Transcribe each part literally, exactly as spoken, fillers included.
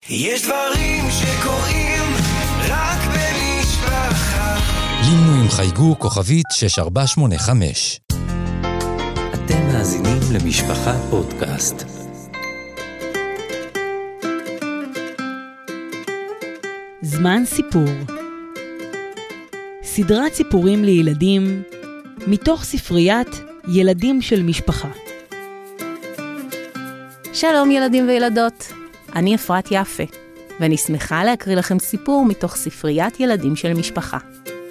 יש דברים שקורים רק במשפחה. לינו עם חייגו כוכבית שש ארבע שמונה חמש. אתם מאזינים למשפחה פודקאסט. זמן סיפור. סדרת סיפורים לילדים מתוך ספריית ילדים של משפחה. שלום ילדים וילדות, אני אפרת יפה, ואני שמחה להקריא לכם סיפור מתוך ספריית ילדים של משפחה.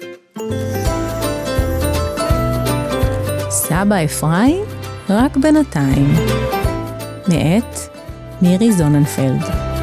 סבא אפרים, רק בינתיים. מאת מירי זוננפלד.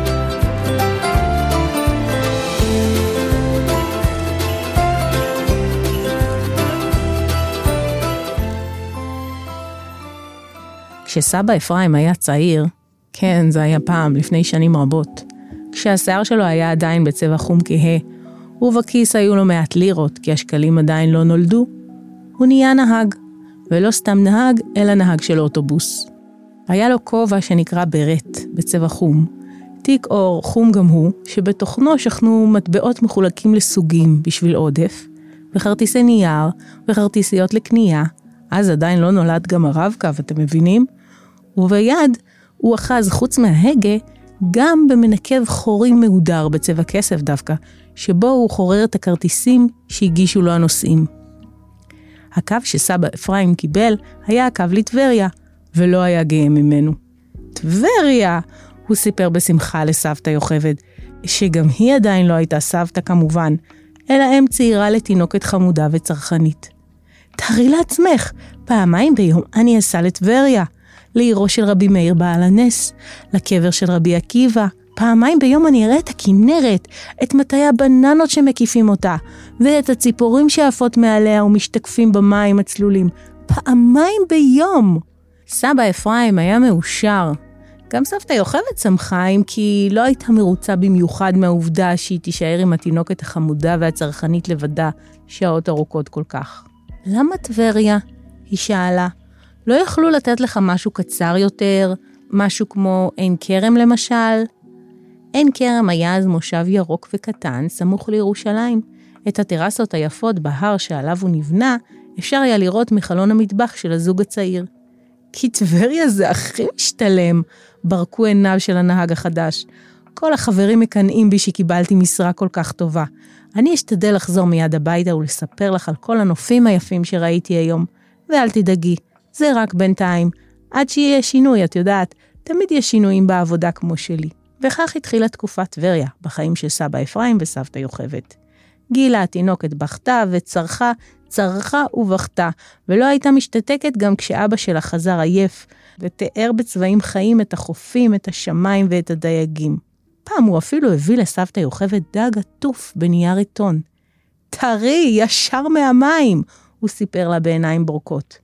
כשסבא אפרים היה צעיר, כן, זה היה פעם, לפני שנים רבות, כשהשיער שלו היה עדיין בצבע חום כהה, ובכיס היו לו מעט לירות, כי השקלים עדיין לא נולדו, הוא נהיה נהג, ולא סתם נהג, אלא נהג של אוטובוס. היה לו כובע שנקרא ברט, בצבע חום, תיק אור חום גם הוא, שבתוכנו שכנו מטבעות מחולקים לסוגים בשביל עודף, וכרטיסי נייר, וכרטיסיות לקנייה, אז עדיין לא נולד גם הרב-קו, אתם מבינים? וביד הוא אחז חוץ מההגה, גם במנקב חורים מהודר בצבע כסף דווקא, שבו הוא חורר את הכרטיסים שהגישו לו הנוסעים. הקו שסבא אפרים קיבל היה הקו לטבריה, ולא היה גאה ממנו. טבריה! הוא סיפר בשמחה לסבתא יוכבד, שגם היא עדיין לא הייתה סבתא כמובן, אלא אם צעירה לתינוקת חמודה וצרכנית. תארי לעצמך, פעמיים ביום אני אסע לטבריה, לעירו של רבי מאיר בעל הנס, לקבר של רבי עקיבא, פעמיים ביום אני אראה את הכנרת, את מטעי הבננות שמקיפים אותה, ואת הציפורים שעפות מעליה ומשתקפים במים הצלולים, פעמיים ביום. סבא אפרים היה מאושר. גם סבתא יוכבד שמחה, אם כי לא הייתה מרוצה במיוחד מהעובדה שהיא תישאר עם התינוקת החמודה והצרכנית לבדה שעות ארוכות כל כך. למה טבריה? היא שאלה. לא יכלו לתת לך משהו קצר יותר, משהו כמו עין כרם למשל? עין כרם היה אז מושב ירוק וקטן, סמוך לירושלים. את הטרסות היפות בהר שעליו הוא נבנה, אפשר היה לראות מחלון המטבח של הזוג הצעיר. כי טבריה זה הכי משתלם, ברקו עיניו של הנהג החדש. כל החברים מקנאים בי שקיבלתי משרה כל כך טובה. אני אשתדל לחזור מיד הביתה ולספר לך על כל הנופים היפים שראיתי היום. ואל תדאגי, זה רק בינתיים. עד שיהיה שינוי, את יודעת, תמיד יש שינויים בעבודה כמו שלי. וכך התחילה תקופת טבריה, בחיים של סבא אפרים וסבתא יוכבד. גילה התינוקת בכתה וצרחה, צרחה ובכתה, ולא הייתה משתתקת גם כשאבא שלה חזר עייף, ותיאר בצבעים חיים את החופים, את השמיים ואת הדייגים. פעם הוא אפילו הביא לסבתא יוכבד דג עטוף בנייר עיתון. טרי, ישר מהמים, הוא סיפר לה בעיניים בורקות.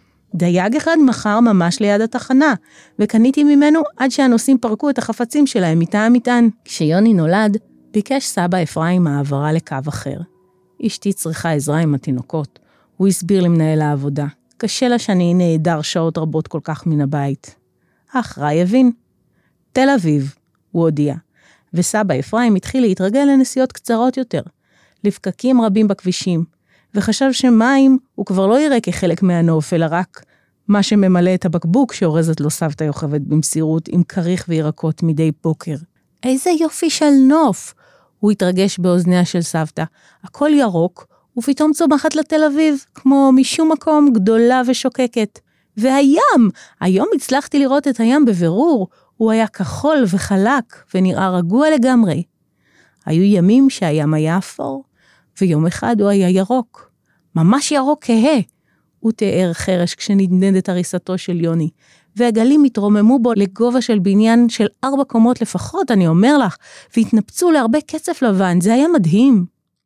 דייג אחד מחר ממש ליד התחנה, וקניתי ממנו עד שהנוסעים פרקו את החפצים שלהם מטעם המטען. כשיוני נולד, ביקש סבא אפרים העברה לקו אחר. אשתי צריכה עזרה עם התינוקות. הוא הסביר למנהל העבודה. קשה לה שאני נעדר שעות רבות כל כך מן הבית. האחראי הבין. תל אביב, הוא הודיע. וסבא אפרים התחיל להתרגל לנסיעות קצרות יותר, לפקקים רבים בכבישים, וחשב שמים הוא כבר לא יראה כחלק מהנוף, אלא רק מה שממלא את הבקבוק שאורזת לו סבתא יוכבד במסירות עם כריך וירקות מדי בוקר. איזה יופי של נוף! הוא התרגש באוזניה של סבתא. הכל ירוק, ופתאום צומחת לתל אביב, כמו משום מקום גדולה ושוקקת. והים! היום הצלחתי לראות את הים בבירור, הוא היה כחול וחלק, ונראה רגוע לגמרי. היו ימים שהים היה אפור, ויום אחד הוא היה ירוק. ממש ירוק כהה. הוא תיאר חרש כשנדנד את הריסתו של יוני, והגלים התרוממו בו לגובה של בניין של ארבע קומות לפחות, אני אומר לך, והתנפצו להרבה קצף לבן, זה היה מדהים.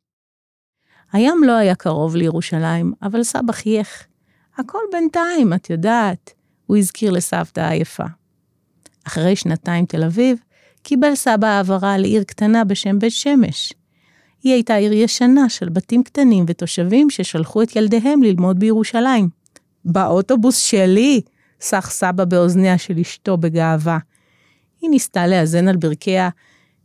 הים לא היה קרוב לירושלים, אבל סבא חייך. הכל בינתיים, את יודעת, הוא הזכיר לסבתא היפה. אחרי שנתיים תל אביב, קיבל סבא העברה לעיר קטנה בשם בית שמש. היא הייתה עיר ישנה של בתים קטנים ותושבים ששלחו את ילדיהם ללמוד בירושלים. באוטובוס שלי, סך סבא באוזניה של אשתו בגאווה. היא ניסתה לאזן על ברכיה,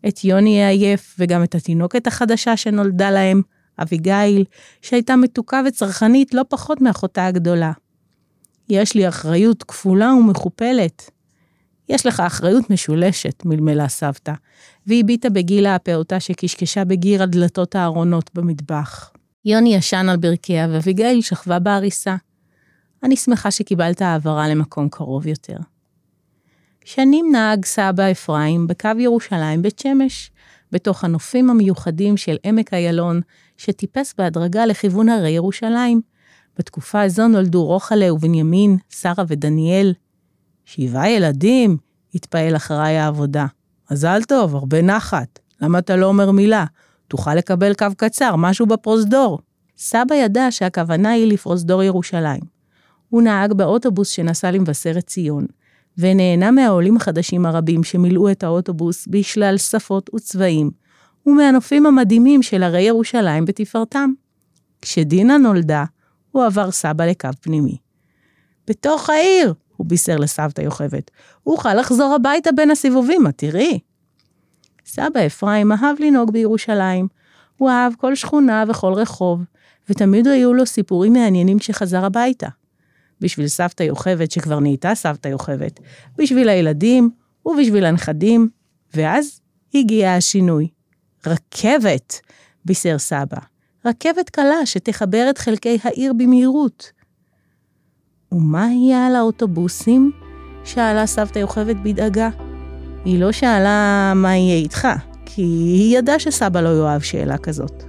את יוני העייף וגם את התינוקת החדשה שנולדה להם, אביגיל, שהייתה מתוקה וצרכנית לא פחות מאחותה הגדולה. יש לי אחריות כפולה ומכופלת. יש לך אחריות משולשת, מלמלה סבתא, והיא ביטה בגילה הפעוטה שקשקשה בגיר על דלתות הארונות במטבח. יוני ישן על ברכיה ואביגיל שכבה בעריסה. אני שמחה שקיבלת העברה למקום קרוב יותר. שנים נהג סבא אפרים בקו ירושלים בית שמש, בתוך הנופים המיוחדים של עמק איילון, שטיפס בהדרגה לכיוון הרי ירושלים. בתקופה הזו נולדו רוחלה ובנימין, שרה ודניאל. שבעה ילדים, התפעל אחריי העבודה. מזל טוב, הרבה נחת. למה אתה לא אומר מילה? תוכל לקבל קו קצר, משהו בפרוזדור. סבא ידע שהכוונה היא לפרוזדור ירושלים. הוא נהג באוטובוס שנסע למבשרת ציון, ונהנה מהעולים החדשים הרבים שמילאו את האוטובוס בשלל שפות וצבעים, ומהנופים המדהימים של הרי ירושלים בתפארתם. כשדינה נולדה, הוא עבר סבא לקו פנימי. בתוך העיר, הוא בישר לסבתא יוכבת, הוא אוכל לחזור הביתה בין הסיבובים, מה תראי? סבא אפרים אהב לנהוג בירושלים, הוא אהב כל שכונה וכל רחוב, ותמיד היו לו סיפורים מעניינים כשחזר הביתה. בשביל סבתא יוכבת שכבר נהייתה סבתא יוכבת, בשביל הילדים ובשביל הנכדים, ואז הגיע השינוי. רכבת, בישר סבא, רכבת קלה שתחבר את חלקי העיר במהירות. ומה יהיה על האוטובוסים? שאלה סבתא יוכבת בדאגה. היא לא שאלה מה יהיה איתך, כי היא ידעה שסבא לא יאהב שאלה כזאת.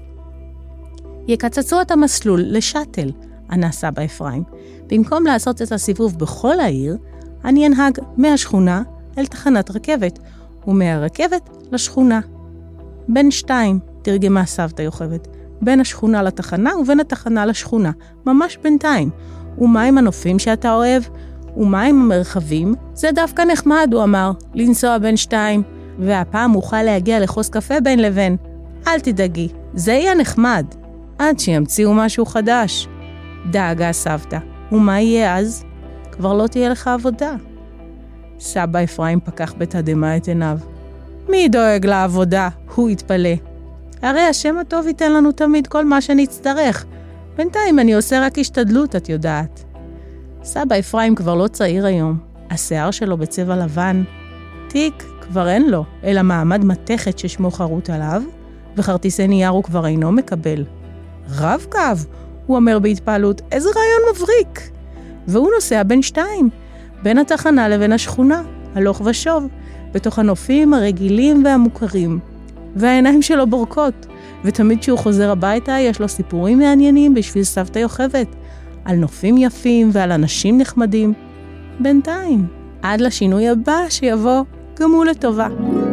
יקצצו את המסלול לשאטל, ענה סבא אפרים. במקום לעשות את הסיבוב בכל העיר, אני אנהג מהשכונה אל תחנת רכבת, ומהרכבת לשכונה. בין שתיים, תרגמה סבתא יוכבת, בין השכונה לתחנה ובין התחנה לשכונה, ממש בינתיים. ומה עם הנופים שאתה אוהב? ומה עם המרחבים? זה דווקא נחמד, הוא אמר, לנסוע בין שתיים, והפעם אוכל להגיע לחוס קפה בין לבין. אל תדאגי, זה יהיה נחמד, עד שימציאו משהו חדש. דאגה סבתא, ומה יהיה אז? כבר לא תהיה לך עבודה. סבא אפרים פקח בתדהמה את עיניו. מי דואג לעבודה? הוא התפלא. הרי השם הטוב ייתן לנו תמיד כל מה שנצטרך. בינתיים אני עושה רק השתדלות, את יודעת. סבא אפרים כבר לא צעיר היום. השיער שלו בצבע לבן. תיק כבר אין לו, אלא מעמד מתכת ששמו חרוט עליו, וכרטיסי נייר הוא כבר אינו מקבל. רב קו, הוא אומר בהתפעלות, איזה רעיון מבריק. והוא נוסע בין שתיים, בין התחנה לבין השכונה, הלוך ושוב, בתוך הנופים הרגילים והמוכרים. והעיניים שלו בורקות, ותמיד כשהוא חוזר הביתה יש לו סיפורים מעניינים בשביל סבתא יוכבת, על נופים יפים ועל אנשים נחמדים. בינתיים, עד לשינוי הבא שיבוא גם הוא לטובה.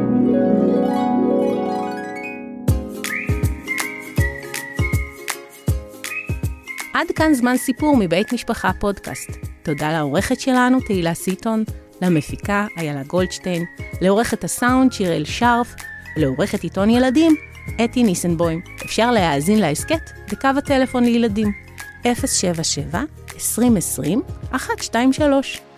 עד כאן זמן סיפור מבית משפחה פודקאסט. תודה לעורכת שלנו תהילה סיטון, למפיקה איילה גולדשטיין, לעורכת הסאונד שיראל שרף, לעורכת עיתון ילדים אתי ניסנבוים. אפשר להאזין להסקט בקו הטלפון לילדים אפס שבע שבע עשרים עשרים אחת שתיים שלוש.